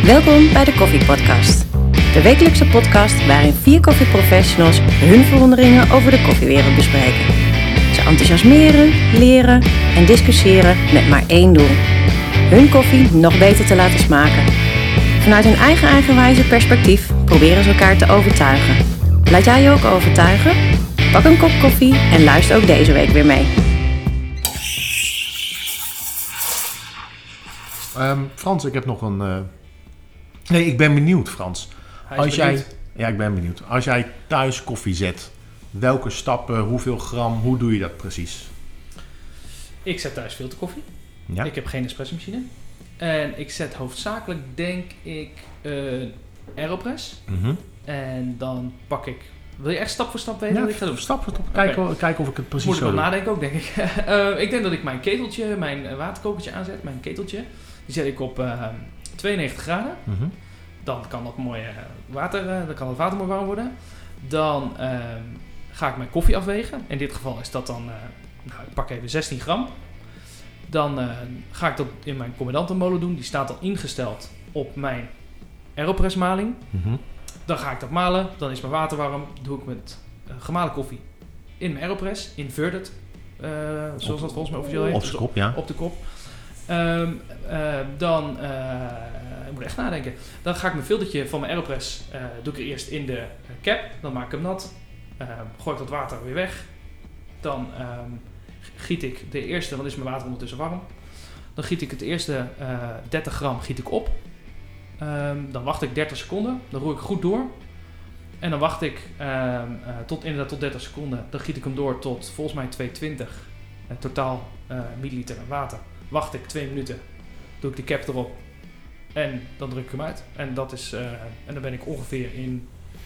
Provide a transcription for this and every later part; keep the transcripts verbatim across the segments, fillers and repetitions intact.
Welkom bij de Koffie Podcast. De wekelijkse podcast waarin vier koffieprofessionals hun verwonderingen over de koffiewereld bespreken. Ze enthousiasmeren, leren en discussiëren met maar één doel: hun koffie nog beter te laten smaken. Vanuit hun eigen eigenwijze perspectief proberen ze elkaar te overtuigen. Laat jij je ook overtuigen? Pak een kop koffie en luister ook deze week weer mee. Um, Frans, ik heb nog een... Uh... Nee, ik ben benieuwd, Frans. Hij is Als benieuwd. jij... Ja, ik ben benieuwd. Als jij thuis koffie zet, welke stappen, hoeveel gram, hoe doe je dat precies? Ik zet thuis filterkoffie. Ja? Ik heb geen espressomachine. En ik zet hoofdzakelijk, denk ik, een Aeropress. Mm-hmm. En dan pak ik... Wil je echt stap voor stap weten Ja, wat ik ga doen? stap voor stap. Kijken okay. kijk of ik het precies Moet ik zo nog doe. nadenken ook, denk ik. uh, ik denk dat ik mijn keteltje, mijn uh, waterkokertje aanzet. Mijn keteltje. Die zet ik op uh, tweeënnegentig graden. Mm-hmm. Dan kan dat mooi uh, water, uh, dan kan het water mooi warm worden. Dan uh, ga ik mijn koffie afwegen. In dit geval is dat dan... Uh, nou, ik pak even zestien gram. Dan uh, ga ik dat in mijn commandantenmolen doen. Die staat al ingesteld op mijn Aeropress maling. Mm-hmm. Dan ga ik dat malen. Dan is mijn water warm. Doe ik met uh, gemalen koffie in mijn Aeropress. Inverted. Uh, zoals op, dat volgens mij officieel heet. Op de kop, ja. Op de kop. Um, uh, dan... Uh, ik moet echt nadenken. Dan ga ik mijn filtertje van mijn Aeropress... Uh, doe ik er eerst in de cap. Dan maak ik hem nat. Uh, gooi ik dat water weer weg. Dan... Um, giet ik de eerste, want is mijn water ondertussen warm. Dan giet ik het eerste uh, dertig gram giet ik op. Um, dan wacht ik dertig seconden. Dan roer ik goed door. En dan wacht ik um, uh, tot, inderdaad tot dertig seconden. Dan giet ik hem door tot volgens mij tweehonderdtwintig. Uh, totaal uh, milliliter water. Wacht ik twee minuten. Doe ik de cap erop. En dan druk ik hem uit. En, dat is, uh, en dan ben ik ongeveer in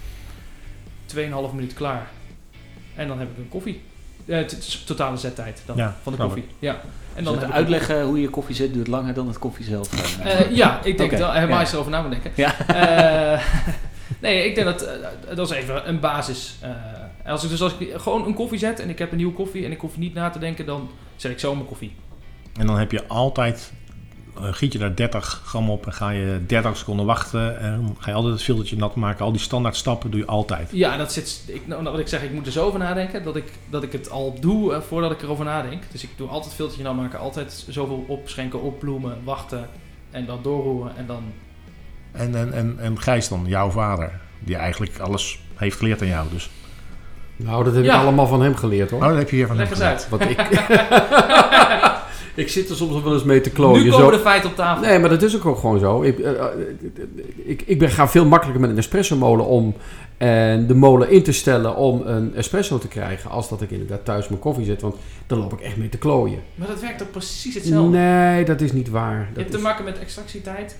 twee komma vijf minuten klaar. En dan heb ik een koffie. Uh, t- t- totale zettijd dan, ja, van de koffie. Ja. En dan dus het uitleggen een... hoe je koffie zet duurt langer dan het koffie zelf. Uh, ja, ik denk okay. dat helemaal ja. eens erover na moet denken. Ja. Uh, nee, ik denk dat uh, dat is even een basis. Uh, als ik dus als ik gewoon een koffie zet en ik heb een nieuwe koffie en ik hoef niet na te denken, dan zet ik zo mijn koffie. En dan heb je altijd, uh, giet je daar dertig gram op en ga je dertig seconden wachten en dan ga je altijd het filtertje nat maken. Al die standaard stappen doe je altijd. Ja, dat zit. Ik, nou, wat ik zeg, ik moet er zo over nadenken dat ik, dat ik het al doe uh, voordat ik erover nadenk. Dus ik doe altijd het filtertje nat maken, altijd zoveel opschenken, opbloemen, wachten en dan doorroeren en dan. En, en, en, en Gijs dan, jouw vader, die eigenlijk alles heeft geleerd aan jou, dus. Nou, dat heb ja. ik allemaal van hem geleerd, hoor. Oh, dat heb je hier van Leg hem eens geleerd. uit. Want ik, ik zit er soms wel eens mee te klooien. Nu komen zo. de feiten op tafel. Nee, maar dat is ook, ook gewoon zo. Ik, uh, ik, ik ben, ga veel makkelijker met een espresso molen om en de molen in te stellen om een espresso te krijgen, als dat ik inderdaad thuis mijn koffie zet. Want dan loop ik echt mee te klooien. Maar dat werkt toch precies hetzelfde? Nee, dat is niet waar. Dat je hebt is... te maken met extractietijd.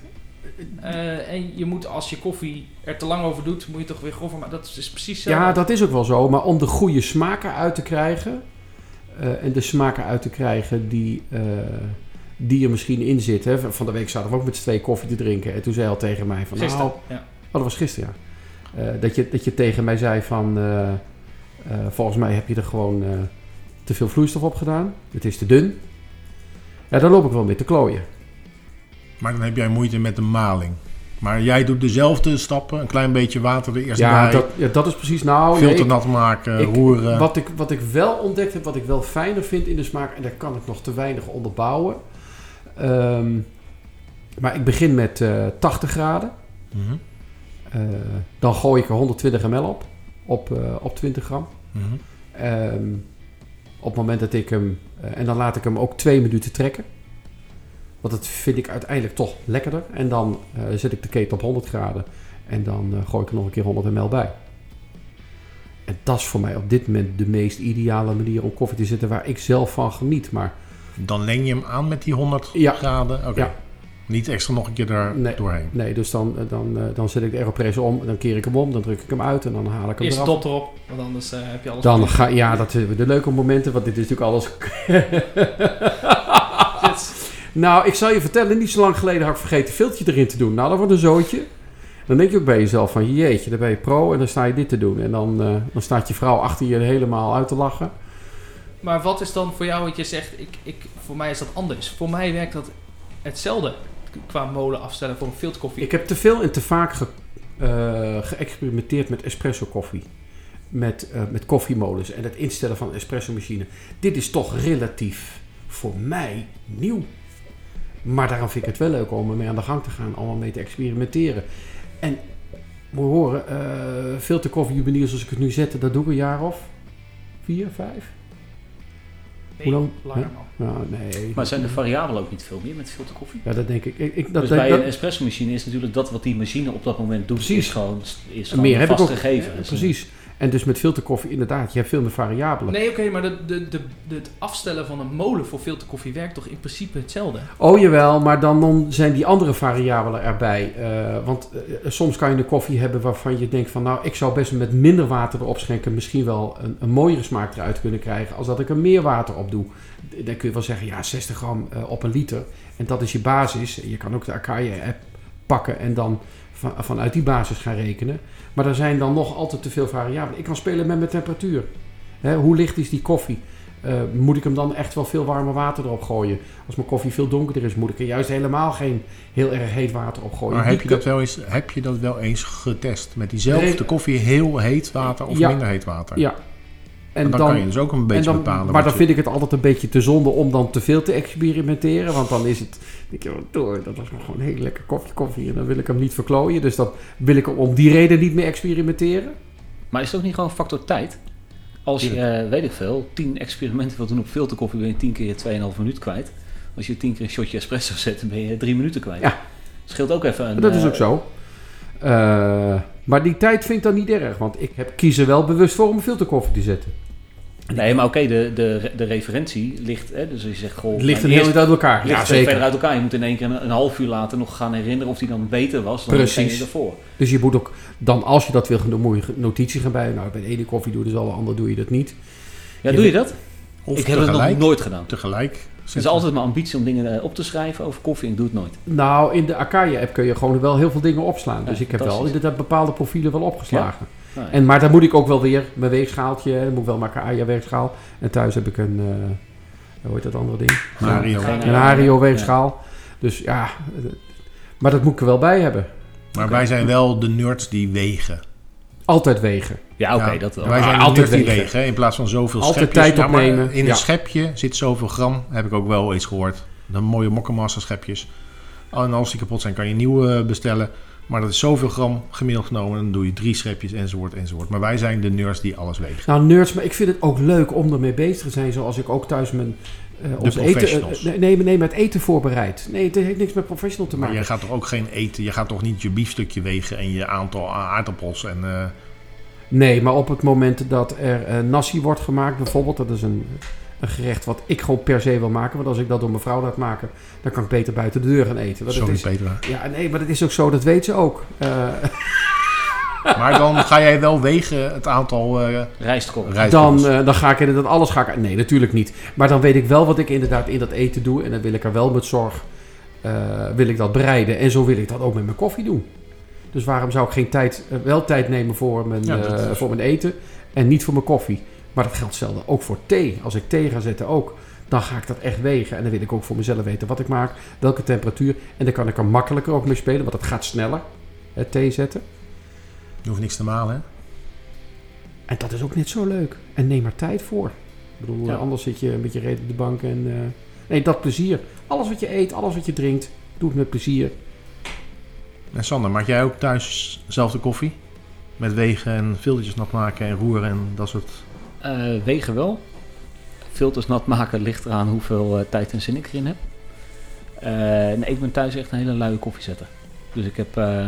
Uh, en je moet, als je koffie er te lang over doet, moet je toch weer grover maken. Dat is precies zo. Ja, dat is ook wel zo. Maar om de goede smaken uit te krijgen, uh, en de smaken uit te krijgen die, uh, die er misschien in zitten. Van de week zaten we ook met z'n twee koffie te drinken. En toen zei hij al tegen mij van... Gisteren, nou, ja. Oh, dat was gisteren, ja. Uh, dat, je, dat je tegen mij zei van... Uh, uh, volgens mij heb je er gewoon uh, te veel vloeistof op gedaan. Het is te dun. Ja, daar loop ik wel mee te klooien. Maar dan heb jij moeite met de maling. Maar jij doet dezelfde stappen, een klein beetje water er eerst ja, bij. Dat, ja, dat is precies nou... Filter nee, nat maken, ik, roeren. Wat ik, wat ik wel ontdekt heb, wat ik wel fijner vind in de smaak... en daar kan ik nog te weinig onderbouwen. Um, maar ik begin met uh, tachtig graden. Mm-hmm. Uh, dan gooi ik er honderdtwintig milliliter op, op, uh, op twintig gram. Mm-hmm. Um, op het moment dat ik hem... Uh, en dan laat ik hem ook twee minuten trekken. Want dat vind ik uiteindelijk toch lekkerder. En dan uh, zet ik de ketel op honderd graden. En dan uh, gooi ik er nog een keer honderd milliliter bij. En dat is voor mij op dit moment de meest ideale manier om koffie te zetten waar ik zelf van geniet. Maar dan leng je hem aan met die honderd ja. graden? Oké. Okay. Ja. Niet extra nog een keer daar nee, doorheen? Nee, dus dan, dan, uh, dan zet ik de Aeropress om. Dan keer ik hem om, dan druk ik hem uit en dan haal ik hem Eerst eraf. Eerst de top erop, want anders uh, heb je alles... Dan ga, ja, dat zijn de leuke momenten, want dit is natuurlijk alles... Nou, ik zal je vertellen, niet zo lang geleden had ik vergeten een filtertje erin te doen. Nou, dat wordt een zootje. Dan denk je ook bij jezelf van, jeetje, dan ben je pro en dan sta je dit te doen. En dan, uh, dan staat je vrouw achter je helemaal uit te lachen. Maar wat is dan voor jou wat je zegt, ik, ik, voor mij is dat anders. Voor mij werkt dat hetzelfde. qua molen afstellen voor een filterkoffie? Ik heb te veel en te vaak ge, uh, geëxperimenteerd met espresso koffie. Met, uh, met koffiemolens en het instellen van een espresso machine. Dit is toch relatief voor mij nieuw. Maar daarom vind ik het wel leuk om ermee aan de gang te gaan. Allemaal mee te experimenteren. En moet je horen, uh, filterkoffie jubileum zoals ik het nu zet, dat doe ik een jaar of vier, vijf. Nee, Hoe lang? langer man. Ja, nee. Maar zijn de variabelen ook niet veel meer met filterkoffie? Ja, dat denk ik. ik, ik dat, Dus dat, bij dat, een espresso machine is natuurlijk dat wat die machine op dat moment doet, Precies. is gewoon, is En meer gewoon heb ik ook. vastgegeven. Ja, Dus precies. En dus met filterkoffie inderdaad, je hebt veel meer variabelen. Nee, oké, okay, maar de, de, de, de, het afstellen van een molen voor filterkoffie werkt toch in principe hetzelfde? Oh jawel, maar dan, dan zijn die andere variabelen erbij. Uh, want uh, soms kan je een koffie hebben waarvan je denkt van nou, ik zou best met minder water erop schenken misschien wel een, een mooiere smaak eruit kunnen krijgen als dat ik er meer water op doe. Dan kun je wel zeggen, ja, zestig gram uh, op een liter. En dat is je basis. Je kan ook de Acaia-app pakken en dan van, vanuit die basis gaan rekenen. Maar er zijn dan nog altijd te veel variabelen. Ik kan spelen met mijn temperatuur. Hè, hoe licht is die koffie? Uh, moet ik hem dan echt wel veel warmer water erop gooien? Als mijn koffie veel donkerder is, moet ik er juist helemaal geen heel erg heet water op gooien. Maar heb je, Die dat wel eens, heb je dat wel eens getest? Met diezelfde Nee. koffie heel heet water of Ja. minder heet water? Ja. En dan, dan kan je dus ook een beetje en dan, bepalen. Maar wat dan je- vind ik het altijd een beetje te zonde om dan te veel te experimenteren. Want dan is het, denk je, oh, door, dat was nog gewoon een hele lekker koffie, koffie. En dan wil ik hem niet verklooien. Dus dan wil ik om die reden niet meer experimenteren. Maar is het ook niet gewoon een factor tijd? Als je, uh, weet ik veel, tien experimenten wilt doen op filterkoffie, ben je tien keer twee komma vijf minuut kwijt. Als je tien keer een shotje espresso zet, dan ben je drie minuten kwijt. Ja. Scheelt ook even een... Dat is uh, ook zo. Uh, maar die tijd vind ik dan niet erg. Want ik heb, kies er wel bewust voor om een filterkoffie te zetten. Nee, maar oké, okay, de, de, de referentie ligt... Hè, dus als je zegt, goh... Het ligt een mijn heel eerste- uit elkaar. ligt Ja, veel zeker. verder uit elkaar. Je moet in één keer een, een half uur later nog gaan herinneren of die dan beter was dan Precies. degene ervoor. Dus je moet ook, dan als je dat wil gaan doen, moet je notitie gaan bij. Nou, bij de ene koffie doe je dus al, de andere doe je dat niet. Ja, Je doe je weet- dat? Of Ik heb het nog tegelijk, nooit gedaan. tegelijk. Het is altijd mijn ambitie om dingen uh, op te schrijven over koffie en ik doe het nooit. Nou, in de Acaia-app kun je gewoon wel heel veel dingen opslaan. Dus Ja, ik heb wel fantastisch. inderdaad bepaalde profielen wel opgeslagen. Nou, ja. En, maar daar moet ik ook wel weer mijn weegschaaltje, dan moet ik wel mijn Acaia-weegschaal. En thuis heb ik een, uh, hoe heet dat andere ding? Hario. Geen- Een Hario-weegschaal. Dus ja, uh, maar dat moet ik er wel bij hebben. Maar Oké. wij zijn wel de nerds die wegen. Altijd wegen. Ja, oké, Ja, dat wel. Wij zijn Ah, de altijd nerds die wegen. wegen. hè, In plaats van zoveel Altijd schepjes. tijd Ja, maar opnemen. in Ja. een schepje zit zoveel gram. Heb ik ook wel eens gehoord. De mooie Mokkemaster schepjes. En als die kapot zijn kan je nieuwe bestellen. Maar dat is zoveel gram gemiddeld genomen. Dan doe je drie schepjes enzovoort enzovoort. Maar wij zijn de nerds die alles wegen. Nou, nerds, maar ik vind het ook leuk om ermee bezig te zijn. Zoals ik ook thuis mijn uh, ons eten, professionals. uh, nee, nee, met eten voorbereid. Nee, het heeft niks met professional te Maar maken. jij gaat toch ook geen eten. Je gaat toch niet je biefstukje wegen en je aantal aardappels. En, uh, Nee, maar op het moment dat er uh, nasi wordt gemaakt, bijvoorbeeld, dat is een, een gerecht wat ik gewoon per se wil maken. Want als ik dat door mijn vrouw laat maken, dan kan ik beter buiten de deur gaan eten. Want het sorry is, Petra. ja, nee, maar dat is ook zo, dat weet ze ook. Uh, Maar dan ga jij wel wegen het aantal uh, Rijstkorrel. rijstkorrels. dan, uh, dan ga ik inderdaad alles ga ik... Nee, natuurlijk niet. Maar dan weet ik wel wat ik inderdaad in dat eten doe. En dan wil ik er wel met zorg uh, wil ik dat bereiden. En zo wil ik dat ook met mijn koffie doen. Dus waarom zou ik geen tijd, uh, wel tijd nemen voor mijn, Ja, dat uh, is- voor mijn eten en niet voor mijn koffie? Maar dat geldt zelden ook voor thee. Als ik thee ga zetten ook, dan ga ik dat echt wegen. En dan wil ik ook voor mezelf weten wat ik maak, welke temperatuur. En dan kan ik er makkelijker ook mee spelen, want het gaat sneller, het thee zetten. Je hoeft niks te malen, hè? En dat is ook net zo leuk. En neem er tijd voor. Ik bedoel, Ja. anders zit je een beetje reet op de bank en... Uh, nee, dat plezier. Alles wat je eet, alles wat je drinkt, doe het met plezier. En Sander, maak jij ook thuis zelf de koffie? Met wegen en filtertjes nat maken en roeren en dat soort... Uh, wegen wel. Filters nat maken ligt eraan hoeveel uh, tijd en zin ik erin heb. Uh, nee, ik ben thuis echt een hele luie koffiezetter. Dus ik heb uh, uh,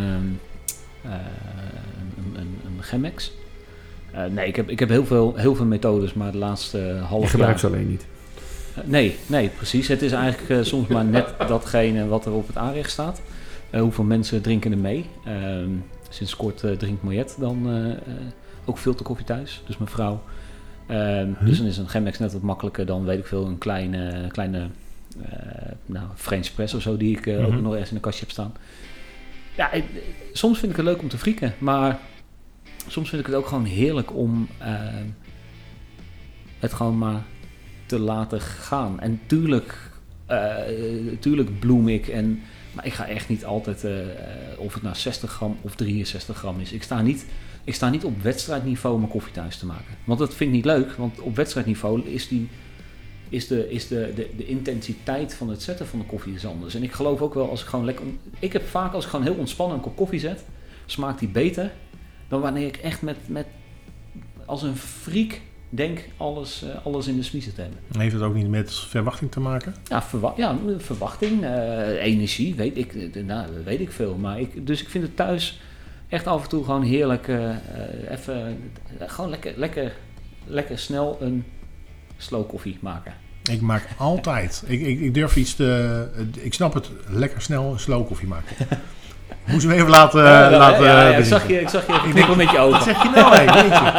een, een, een Chemex. Uh, nee, ik heb, ik heb heel, veel, heel veel methodes, maar de laatste uh, half Je jaar... gebruikt ze alleen niet. Uh, nee, nee, precies. Het is eigenlijk uh, soms maar net datgene wat er op het aanrecht staat. Uh, hoeveel mensen drinken er mee? Uh, sinds kort uh, drinkt Mariette dan uh, uh, ook filterkoffie thuis. Dus mijn vrouw. Uh, hmm. Dus dan is een Chemex net wat makkelijker dan, weet ik veel, een kleine, kleine uh, nou, French press of zo die ik uh, mm-hmm. ook nog ergens in een kastje heb staan. Ja, ik, soms vind ik het leuk om te frieken, maar soms vind ik het ook gewoon heerlijk om uh, het gewoon maar te laten gaan. En tuurlijk, uh, tuurlijk bloem ik en Maar ik ga echt niet altijd, uh, of het nou zestig gram of drieënzestig gram is. Ik sta niet, ik sta niet op wedstrijdniveau mijn koffie thuis te maken. Want dat vind ik niet leuk, want op wedstrijdniveau is, die, is, de, is de, de, de intensiteit van het zetten van de koffie is anders. En ik geloof ook wel als ik gewoon lekker... Ik heb vaak als ik gewoon heel ontspannen een kop koffie zet, smaakt die beter dan wanneer ik echt met, met als een freak denk alles, uh, alles in de smiezen te hebben. Heeft het ook niet met verwachting te maken? Ja, verwa- ja verwachting, uh, energie, weet ik, uh, nou, weet ik veel. Maar ik, dus ik vind het thuis echt af en toe gewoon heerlijk, uh, uh, even, uh, gewoon lekker, lekker, lekker snel een slow koffie maken. Ik maak altijd, ik, ik, ik durf iets te, ik snap het, lekker snel een slow koffie maken. Moesten we even laten... Uh, ja, laten ja, ja, uh, ik, zag je, ik zag je even knippen met je ogen. Wat zeg je nou, hé?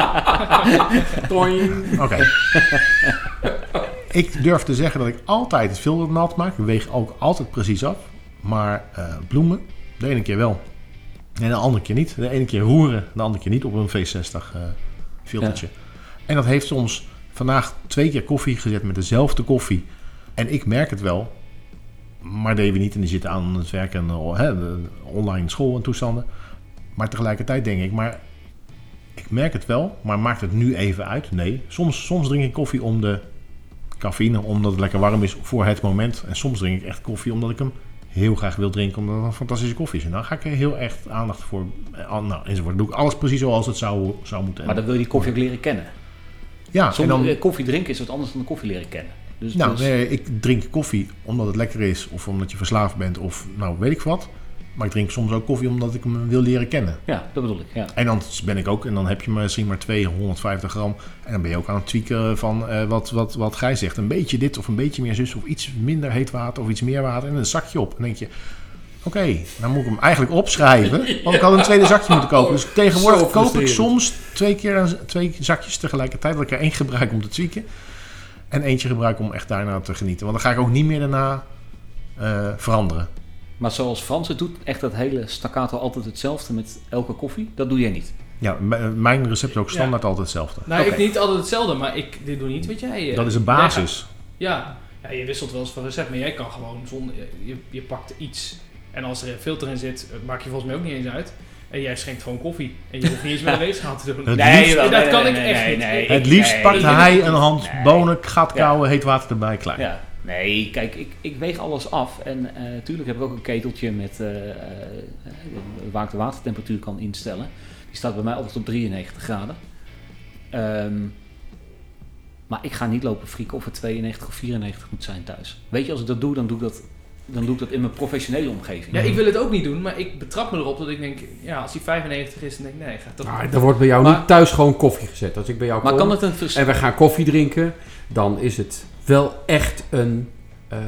Oké. Okay. Ik durf te zeggen dat ik altijd het filter nat maak. Ik weeg ook altijd precies af. Maar uh, bloemen, de ene keer wel. En de andere keer niet. De ene keer roeren, de andere keer niet op een V zestig uh, filtertje. Ja. En dat heeft soms vandaag twee keer koffie gezet met dezelfde koffie. En ik merk het wel. Maar deden we niet en die zitten aan het werk en uh, de online school en toestanden. Maar tegelijkertijd denk ik, maar ik merk het wel, maar maakt het nu even uit? Nee. Soms, soms drink ik koffie om de cafeïne, omdat het lekker warm is voor het moment. En soms drink ik echt koffie omdat ik hem heel graag wil drinken, omdat het een fantastische koffie is. En dan ga ik er heel echt aandacht voor, nou, enzovoort. Dan doe ik alles precies zoals het zou, zou moeten. Maar dan wil je die koffie ook leren kennen. Ja. Soms, en dan, koffie drinken is wat anders dan de koffie leren kennen. Dus, nou, dus... nee, ik drink koffie omdat het lekker is of omdat je verslaafd bent of nou weet ik wat. Maar ik drink soms ook koffie omdat ik hem wil leren kennen. Ja, dat bedoel ik. Ja. En dan ben ik ook, en dan heb je misschien maar tweehonderdvijftig gram. En dan ben je ook aan het tweaken van uh, wat, wat, wat Gijs zegt. Een beetje dit of een beetje meer zus of iets minder heet water of iets meer water. En een zakje op. En dan denk je, oké, okay, dan moet ik hem eigenlijk opschrijven. Want ik had een tweede zakje moeten kopen. Dus tegenwoordig koop ik soms twee keer twee zakjes tegelijkertijd. Dat ik er één gebruik om te tweaken. En eentje gebruik om echt daarna te genieten. Want dan ga ik ook niet meer daarna uh, veranderen. Maar zoals Frans het doet, echt dat hele staccato altijd hetzelfde met elke koffie, dat doe jij niet? Ja, m- mijn recept is ook standaard ja. altijd hetzelfde. Nou, okay. ik niet altijd hetzelfde, maar ik dit doe niet wat jij... Uh, dat is een basis. Ja. ja, je wisselt wel eens van recept, maar jij kan gewoon zonder... Je, je pakt iets en als er een filter in zit, maak je volgens mij ook niet eens uit. En jij schenkt gewoon koffie. En je hoeft niet eens met een weegschaal te doen. Het nee, liefst, dat nee, kan nee, ik nee, echt nee, niet. nee, het ik, liefst nee, pakt nee, hij een hand nee. bonen, gaat kouwen, ja. heet water erbij, klaar. Ja. Nee, kijk, ik, ik weeg alles af. En natuurlijk uh, heb ik ook een keteltje met uh, uh, waar ik de watertemperatuur kan instellen. Die staat bij mij altijd op drieënnegentig graden. Um, maar ik ga niet lopen frieken of het tweeënnegentig of vierennegentig moet zijn thuis. Weet je, als ik dat doe, dan doe ik dat, dan doe ik dat in mijn professionele omgeving. Ja, ik wil het ook niet doen, maar ik betrap me erop dat ik denk, ja, als die vijfennegentig is, dan denk ik, nee, ga toch. Nou, er wordt bij jou maar, niet thuis gewoon koffie gezet. Als ik bij jou maar kom kan het een vers- en we gaan koffie drinken, dan is het wel echt een... Uh,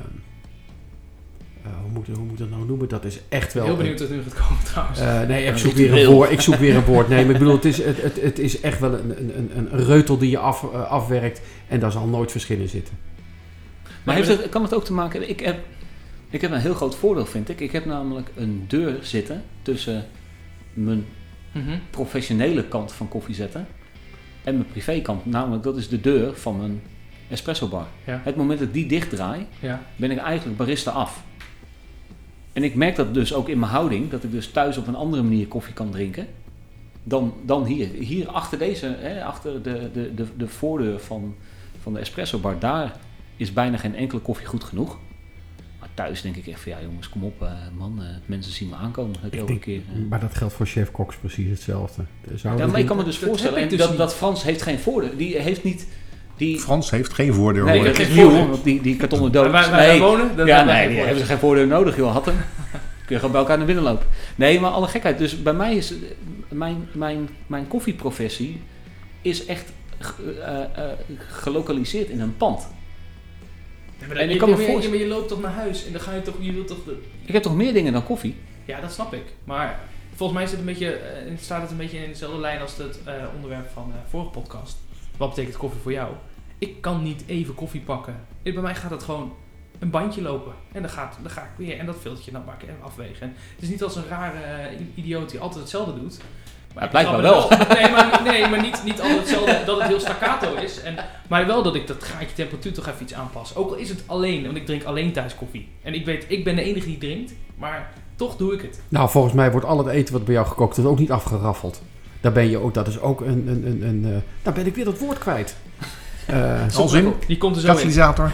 uh, hoe, moet, hoe moet dat nou noemen? Dat is echt wel... Heel benieuwd wat nu gaat komen trouwens. Uh, nee, ik zoek, weer een woord, ik zoek weer een woord. Nee, maar ik bedoel, het is, het, het, het is echt wel een, een, een, een reutel die je af, uh, afwerkt en daar zal nooit verschil in zitten. Maar heeft het, kan het ook te maken... Ik heb, ik heb een heel groot voordeel, vind ik. Ik heb namelijk een deur zitten tussen mijn mm-hmm. professionele kant van koffie zetten en mijn privékant. Namelijk, dat is de deur van mijn espresso bar. Ja. Het moment dat ik die dichtdraai, ja. ben ik eigenlijk barista af. En ik merk dat dus ook in mijn houding, dat ik dus thuis op een andere manier koffie kan drinken dan, dan hier. Hier achter deze, hè, achter de, de, de, de voordeur van, van de espresso bar, daar is bijna geen enkele koffie goed genoeg. Maar thuis denk ik echt van ja jongens, kom op uh, man, uh, mensen zien me aankomen. Dat elke denk, keer, uh... Maar dat geldt voor chef Cox precies hetzelfde. Ja, maar ik kan me dus dat voorstellen dus dat, dat Frans heeft geen voordeur. Die heeft niet... Die... Frans heeft geen voordeur. Nee, dat is nieuw, want die, die kartonnen dood. Waar wij nee. wonen? Dat ja, nee, die hebben ze geen voordeur nodig, joh, had hem. Kun je gewoon bij elkaar naar binnen lopen. Nee, maar alle gekheid. Dus bij mij is mijn, mijn, mijn koffieprofessie is echt uh, uh, gelokaliseerd in een pand. Ja, maar en je, ik kan je, me je, je, je loopt toch naar huis en dan ga je toch, je wilt toch... De... Ik heb toch meer dingen dan koffie? Ja, dat snap ik. Maar volgens mij is het een beetje, uh, staat het een beetje in dezelfde lijn als het uh, onderwerp van de uh, vorige podcast. Wat betekent koffie voor jou? Ik kan niet even koffie pakken. Bij mij gaat het gewoon een bandje lopen. En dan, gaat, dan ga ik weer en dat filtertje dan maken en afwegen. En het is niet als een rare uh, idioot die altijd hetzelfde doet. Maar Ja, blijkbaar ik wel. snap het Nee, maar, nee, maar niet, niet altijd hetzelfde dat het heel staccato is. En, maar wel dat ik dat gaatje temperatuur toch even iets aanpas. Ook al is het alleen, want ik drink alleen thuis koffie. En ik weet, ik ben de enige die drinkt, maar toch doe ik het. Nou, volgens mij wordt al het eten wat bij jou gekookt is ook niet afgeraffeld. Daar ben je ook, dat is ook een, een, een, een uh, nou ben ik weer dat woord kwijt. Uh, Als in? Die komt er zo in. Katalysator.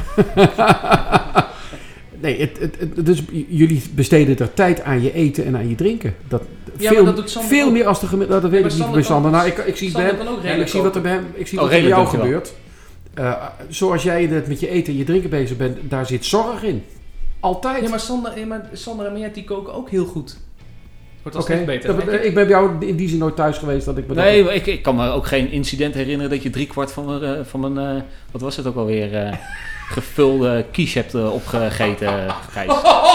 Nee, het, het, het, dus jullie besteden er tijd aan je eten en aan je drinken. Dat, Ja, veel maar dat doet Sander veel ook. meer als de gemiddelde. Dat weet Ja, ik maar niet bij Sander Sander. kan- Nou, ik, ik zie, Sander bij hem, kan ook en ik redelijk zie wat er bij koken. hem, ik zie Oh, wat er bij jou redelijk, gebeurt. Uh, zoals jij net met je eten en je drinken bezig bent, daar zit zorg in. Altijd. Ja, maar Sander, ja, maar Sander en Mariette die koken ook heel goed. Wordt Oké, al steeds beter. dat- denk ik. ik ben bij jou in die zin nooit thuis geweest dat ik me dat- Nee, maar ik, ik kan me ook geen incident herinneren dat je driekwart van mijn, uh, van mijn uh, wat was het ook alweer, uh, gevulde quiche hebt uh, opgegeten, Gijs.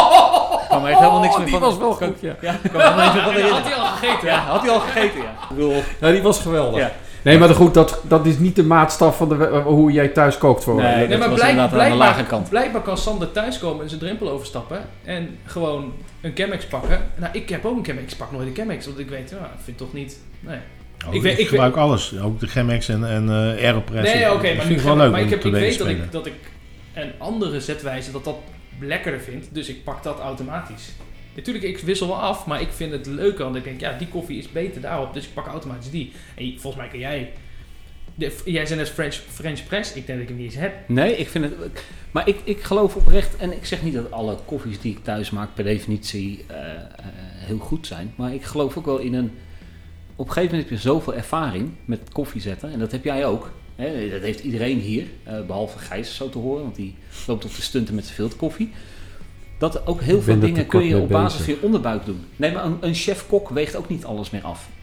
Ik kan me echt helemaal niks Oh, meer die van. was wel kan- goed, ja. Ja, ik kan me helemaal niks meer van Ja, had herinneren. hij al gegeten? Ja, had hij al gegeten, ja. Ik bedoel, Ja, die was geweldig. Ja. Nee, maar goed, dat, dat is niet de maatstaf van de, we- hoe jij thuis kookt voor Nee, mij. Nee, dat maar was blijk, inderdaad aan de blijkbaar, lage kant. blijkbaar kan Sander thuiskomen en zijn drempel overstappen en gewoon een Chemex pakken. Nou, ik heb ook een Chemex. Ik pak nooit een Chemex, want ik weet, ja, ik vind toch niet... Nee, Oh, Ik ik weet- ik gebruik alles. Ook de Chemex en, en uh, Aeropress. nee Ik- oké, ik maar vind nu het wel maar leuk ik, om heb, te ik weet weten dat spelen. ik, dat ik een andere zetwijze dat dat lekkerder vind, dus ik pak dat automatisch. Natuurlijk, ik wissel wel af, maar ik vind het leuker, want ik denk, ja, die koffie is beter daarop, dus ik pak automatisch die. En je- volgens mij kan jij... De, jij zei net French, French press, ik denk dat ik hem niet eens heb. nee, ik vind het... Maar ik, ik geloof oprecht, en ik zeg niet dat alle koffies die ik thuis maak per definitie uh, uh, heel goed zijn. Maar ik geloof ook wel in een... Op een gegeven moment heb je zoveel ervaring met koffie zetten. En dat heb jij ook. Hè? Dat heeft iedereen hier, uh, behalve Gijs zo te horen. Want die loopt op de stunten met zijn filterkoffie. Dat ook heel Ik veel ben er dingen te kun kort je mee op basis bezig. van je onderbuik doen. Nee, maar een, een chef-kok weegt ook niet alles meer af.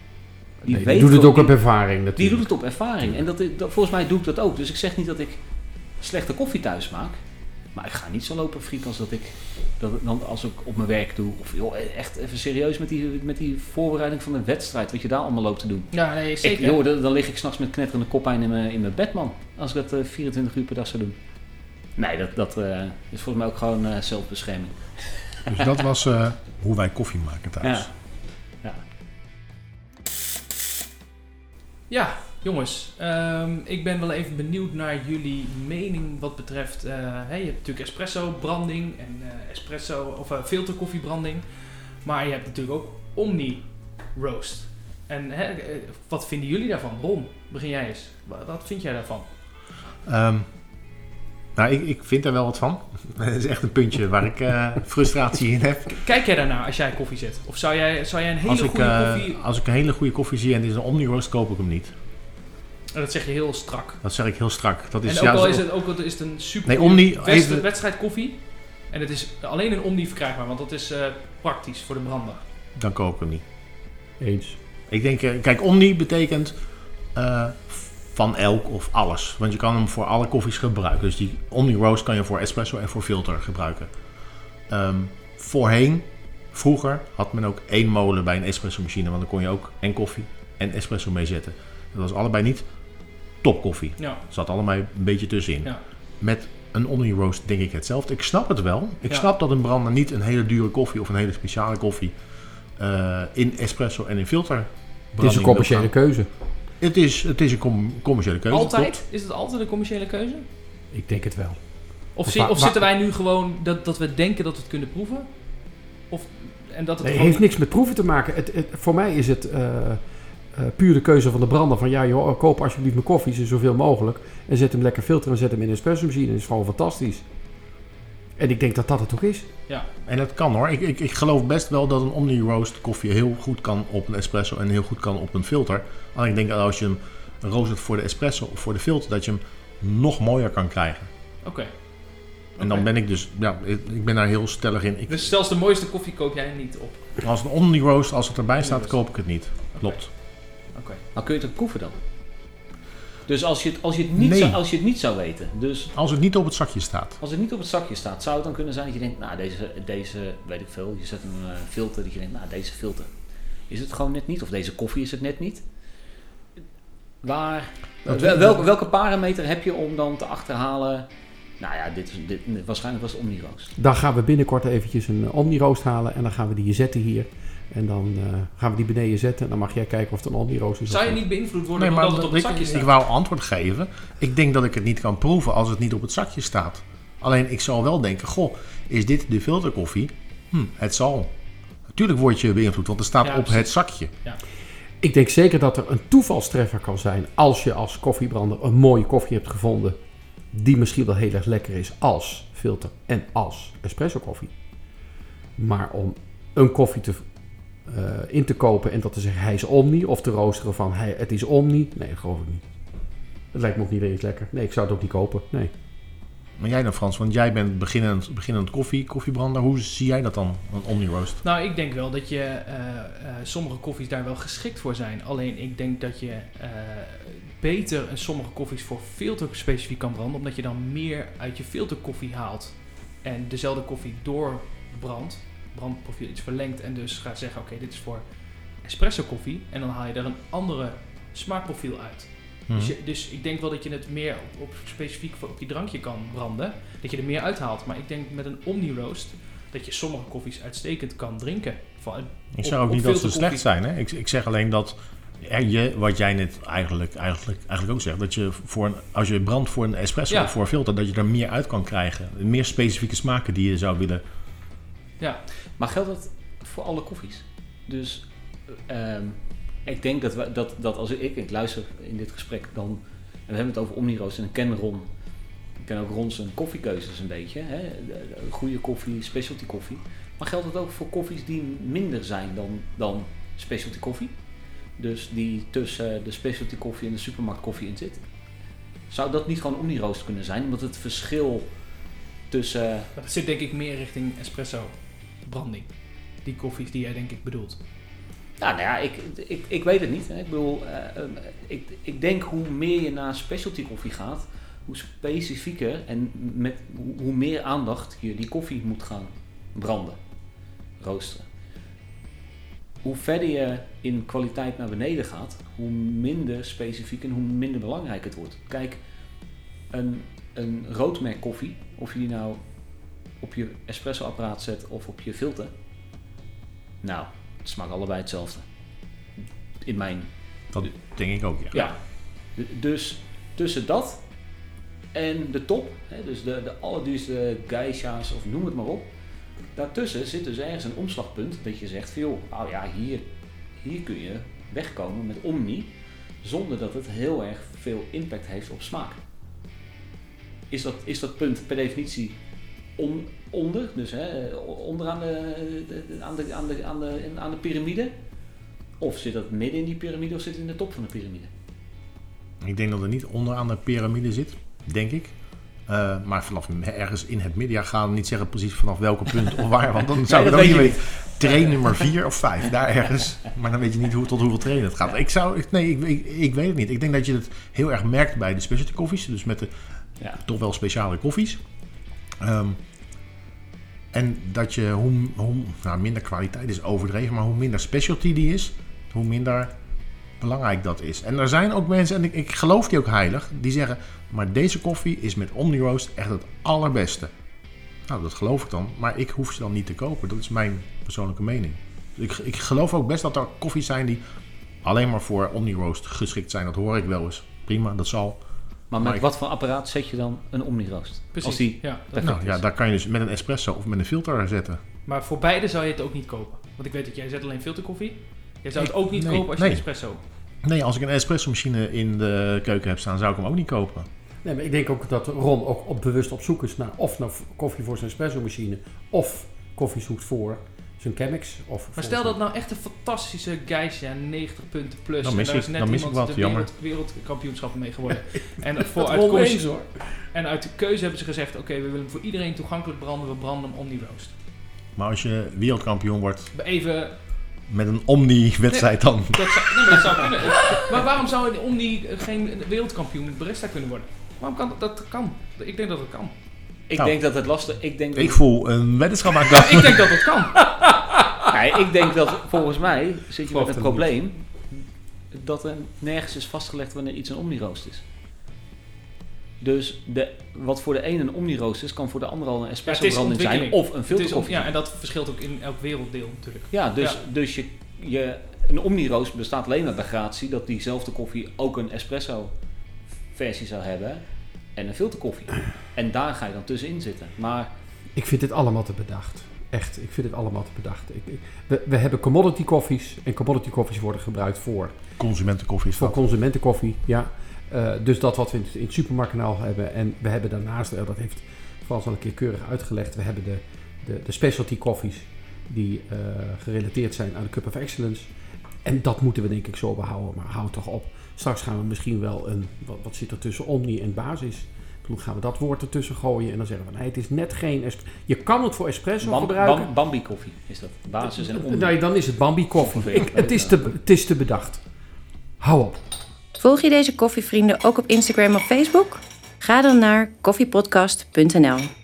Die, Nee, weet die doet het gewoon- ook op die- ervaring Die natuurlijk. doet het op ervaring. En dat, dat, volgens mij doe ik dat ook. Dus ik zeg niet dat ik slechte koffie thuis maak. Maar ik ga niet zo lopen frieken als dat ik dat het dan als ik op mijn werk doe. Of joh, echt even serieus met die, met die voorbereiding van de wedstrijd. Wat je daar allemaal loopt te doen. Ja, nee, Ik, zeker. joh, dan, dan lig ik s'nachts met knetterende koppijn in mijn, in mijn bed, man. Als ik dat uh, vierentwintig uur per dag zou doen. Nee, dat, dat uh, is volgens mij ook gewoon uh, zelfbescherming. Dus dat was uh, hoe wij koffie maken thuis. Ja. Ja. Ja, jongens, um, ik ben wel even benieuwd naar jullie mening wat betreft, uh, hey, je hebt natuurlijk espresso branding en uh, espresso of uh, filterkoffiebranding, maar je hebt natuurlijk ook omni roast. En hè, wat vinden jullie daarvan? Ron, begin jij eens. Wat, wat vind jij daarvan? Um, nou, ik, ik vind er wel wat van. Dat is echt een puntje waar ik uh, frustratie in heb. Kijk jij daarnaar als jij koffie zet? Of zou jij, zou jij een hele Als ik, goede uh, koffie... als ik een hele goede koffie zie en het is een omni roast, koop ik hem niet. En dat zeg je heel strak. Dat zeg ik heel strak. Dat is, En ook ja, al zo- is het, ook al is het een super Nee, goede Omni, wedst- even- wedstrijd koffie. En het is alleen een Omni verkrijgbaar, want dat is uh, praktisch voor de brander. dan koop ik hem niet. Eens. Ik denk, uh, kijk, omni betekent uh, van elk of alles. Want je kan hem voor alle koffies gebruiken. Dus die omni roast kan je voor espresso en voor filter gebruiken. Um, voorheen, vroeger, had men ook één molen bij een espresso machine. Want dan kon je ook en koffie en espresso mee zetten. Dat was allebei niet topkoffie. Ja. Er zat allebei een beetje tussenin. Ja. Met een omni roast denk ik hetzelfde. Ik snap het wel. Ik Ja. snap dat een brander niet een hele dure koffie of een hele speciale koffie uh, in espresso en in filter. Het is een commerciële keuze. Het is, het is een com- commerciële keuze. Altijd? klopt. Is het altijd een commerciële keuze? Ik denk het wel. Of, Of zi- wa- of wa- zitten wij nu gewoon dat, dat we denken dat we het kunnen proeven? Of, en dat het Nee, het gewoon... heeft niks met proeven te maken. Het, het, voor mij is het uh, uh, puur de keuze van de brander. Van ja, joh, koop alsjeblieft mijn koffie, zoveel mogelijk. En zet hem lekker filteren en zet hem in een espresso machine. Dat is gewoon fantastisch. En ik denk dat dat het ook is. Ja. En dat kan hoor. Ik, ik, ik geloof best wel dat een omni roast koffie heel goed kan op een espresso en heel goed kan op een filter. Alleen ik denk dat als je hem roostert voor de espresso of voor de filter, dat je hem nog mooier kan krijgen. Oké. Okay. En dan ben ik dus, ja, ik, ik ben daar heel stellig in. Ik, Dus zelfs de mooiste koffie koop jij niet op? als een omni roast, als het erbij staat, koop ik het niet. Klopt. Oké. Okay. Maar kun je het ook proeven dan? Dus als je het, als je het, niet, Nee. zou, als je het niet zou weten, dus Als het niet op het zakje staat. als het niet op het zakje staat, zou het dan kunnen zijn dat je denkt, nou deze, deze weet ik veel, je zet een uh, filter, dat je denkt, nou deze filter is het gewoon net niet, of deze koffie is het net niet. Waar, Dat- wel, welke, welke parameter heb je om dan te achterhalen, nou ja, dit, is, dit, waarschijnlijk was het omni roast. Dan gaan we binnenkort eventjes een omni roast halen. En dan gaan we die zetten hier. En dan uh, gaan we die beneden zetten en dan mag jij kijken of het een omni-roast is. Zou je niet beïnvloed worden Nee, doordat maar het op het ik, zakje staat? ik wou antwoord geven. Ik denk dat ik het niet kan proeven als het niet op het zakje staat. Alleen ik zal wel denken, goh, is dit de filterkoffie? Hm, het zal. Natuurlijk word je beïnvloed, want er staat Ja, op precies. het zakje. Ja. Ik denk zeker dat er een toevalstreffer kan zijn als je als koffiebrander een mooie koffie hebt gevonden die misschien wel heel erg lekker is als filter en als espresso koffie. Maar om een koffie te, uh, in te kopen en dat te zeggen hij is omni of te roosteren van hij, het is omni, nee, dat geloof ik niet. Dat lijkt me ook niet eens lekker. Nee, ik zou het ook niet kopen, nee. Maar jij dan Frans, want jij bent beginnend, beginnend koffie, koffiebrander. Hoe zie jij dat dan, een omni-roast? Nou, ik denk wel dat je uh, uh, sommige koffies daar wel geschikt voor zijn. Alleen ik denk dat je uh, beter sommige koffies voor filter specifiek kan branden, omdat je dan meer uit je filterkoffie haalt en dezelfde koffie doorbrandt, brandprofiel iets verlengt en dus gaat zeggen, oké, okay, dit is voor espresso koffie en dan haal je er een andere smaakprofiel uit. Hmm. Dus, je, dus ik denk wel dat je het meer op, op specifiek op je drankje kan branden. Dat je er meer uithaalt. Maar ik denk met een omni-roast dat je sommige koffies uitstekend kan drinken. Van, Ik zeg ook niet dat ze slecht zijn. Hè? Ik, ik zeg alleen dat er je, wat jij net eigenlijk, eigenlijk, eigenlijk ook zegt. Dat je voor een, als je brandt voor een espresso Ja. of voor een filter, dat je er meer uit kan krijgen. Meer specifieke smaken die je zou willen. Ja, Maar geldt dat voor alle koffies? Dus um, ik denk dat, we, dat, dat als ik, ik luister in dit gesprek dan, en we hebben het over omni-roast en ik ken Ron, ik ken ook Ron zijn koffiekeuzes een beetje, hè? De, de goede koffie, specialty koffie. Maar geldt het ook voor koffies die minder zijn dan, dan specialty koffie? Dus die tussen de specialty koffie en de supermarkt koffie in zit? Zou dat niet gewoon omni-roast kunnen zijn? Omdat het verschil tussen... Uh, dat zit denk ik meer richting espresso branding. Die koffies die jij denk ik bedoelt. Ja, nou ja, ik, ik, ik weet het niet. Hè. Ik bedoel, uh, um, ik, ik denk hoe meer je naar specialty koffie gaat, hoe specifieker en met hoe meer aandacht je die koffie moet gaan branden, roosteren. Hoe verder je in kwaliteit naar beneden gaat, hoe minder specifiek en hoe minder belangrijk het wordt. Kijk, een, een roodmerk koffie, of je die nou op je espresso apparaat zet of op je filter, nou, het smaakt allebei hetzelfde. In mijn... Dat denk ik ook, ja. Ja. Dus tussen dat en de top, hè, dus de, de allerduurste geisha's of noem het maar op, daartussen zit dus ergens een omslagpunt dat je zegt van joh, oh ja, hier, hier kun je wegkomen met omni zonder dat het heel erg veel impact heeft op smaak. Is dat, is dat punt per definitie on, onder, dus hè, onderaan de, de, de, aan, de, aan, de, aan, de, aan de piramide? Of zit dat midden in die piramide of zit het in de top van de piramide? Ik denk dat het niet onderaan de piramide zit, denk ik. Uh, maar vanaf ergens in het midden, ja, gaan we niet zeggen precies vanaf welke punt of waar, want dan zou nee, ik het ook niet weten. Niet. Train nummer vier of vijf, daar ergens. Maar dan weet je niet hoe, tot hoeveel trainen het gaat. Ja. Ik zou, nee, ik, ik, ik weet het niet. Ik denk dat je het heel erg merkt bij de specialty koffies, dus met de ja. toch wel speciale koffies. Um, en dat je, hoe, hoe nou, minder kwaliteit is overdreven, maar hoe minder specialty die is, hoe minder belangrijk dat is. En er zijn ook mensen, en ik, ik geloof die ook heilig, die zeggen, maar deze koffie is met omni-roast echt het allerbeste. Nou, dat geloof ik dan, maar ik hoef ze dan niet te kopen. Dat is mijn persoonlijke mening. Ik, ik geloof ook best dat er koffies zijn die alleen maar voor omni-roast geschikt zijn. Dat hoor ik wel eens. Prima, dat zal. Maar met maar wat ik, voor apparaat zet je dan een omni-roast? Precies, als die ja. Nou, ja, daar kan je dus met een espresso of met een filter zetten. Maar voor beide zou je het ook niet kopen. Want ik weet dat jij zet alleen filterkoffie. Jij zou het ook niet nee, kopen als je nee. een espresso... Nee, als ik een espresso machine in de keuken heb staan, zou ik hem ook niet kopen. Nee, maar ik denk ook dat Ron ook op bewust op zoek is naar of naar koffie voor zijn espresso machine of koffie zoekt voor zijn Chemex. Of maar stel dat nou echt een fantastische Geisha, negentig punten plus. Dan mis en daar ik, is net dan mis iemand ik wat, de jammer. wereld, wereldkampioenschappen mee geworden. en, voor uit koers, eens, hoor. en uit de keuze hebben ze gezegd, oké, okay, we willen voor iedereen toegankelijk branden, we branden hem omni-roast. Maar als je wereldkampioen wordt Even... met een omni-wedstrijd dan... Dat zou, nee, maar dat zou kunnen. Maar waarom zou een omni geen wereldkampioen barista kunnen worden? Waarom kan dat? Dat kan. Ik denk dat het kan. Ik nou, denk dat het lastig... Ik, denk ik dat, voel een weddenschap aankomen. Ik denk dat het kan. nee, ik denk dat volgens mij zit je Klopt met het het probleem dat er nergens is vastgelegd wanneer iets een omni-roast is. Dus de, wat voor de ene een omni-roast is, kan voor de andere al een espresso Ja, het is branding zijn ontwikkeling. of een Het is filterkoffie. on- ja, en dat verschilt ook in elk werelddeel natuurlijk. Ja, dus, Ja. dus je, je, een omni-roast bestaat alleen uit de gratie dat diezelfde koffie ook een espresso versie zou hebben en een filterkoffie. En daar ga je dan tussenin zitten. Maar Ik vind dit allemaal te bedacht. Echt, ik vind het allemaal te bedacht. Ik, ik- we, we hebben commodity koffies en commodity koffies worden gebruikt voor, Consumentenkoffie is voor dat. consumentenkoffie. Ja. Uh, dus dat wat we in het, in het supermarktkanaal hebben. En we hebben daarnaast, uh, dat heeft Frans al een keer keurig uitgelegd, we hebben de, de, de specialty koffies die uh, gerelateerd zijn aan de Cup of Excellence. En dat moeten we denk ik zo behouden, maar houd toch op. Straks gaan we misschien wel een, wat, wat zit er tussen omni en basis? Toen gaan we dat woord ertussen gooien en dan zeggen we, nee, het is net geen espresso. Je kan het voor espresso bam, gebruiken. bam, Bambi koffie is dat. Basis en omni. Nee, dan is het Bambi koffie. Ongeveer. Ik, het, is te, het is te bedacht. Hou op. Volg je deze koffievrienden ook op Instagram of Facebook? Ga dan naar koffiepodcast punt n l.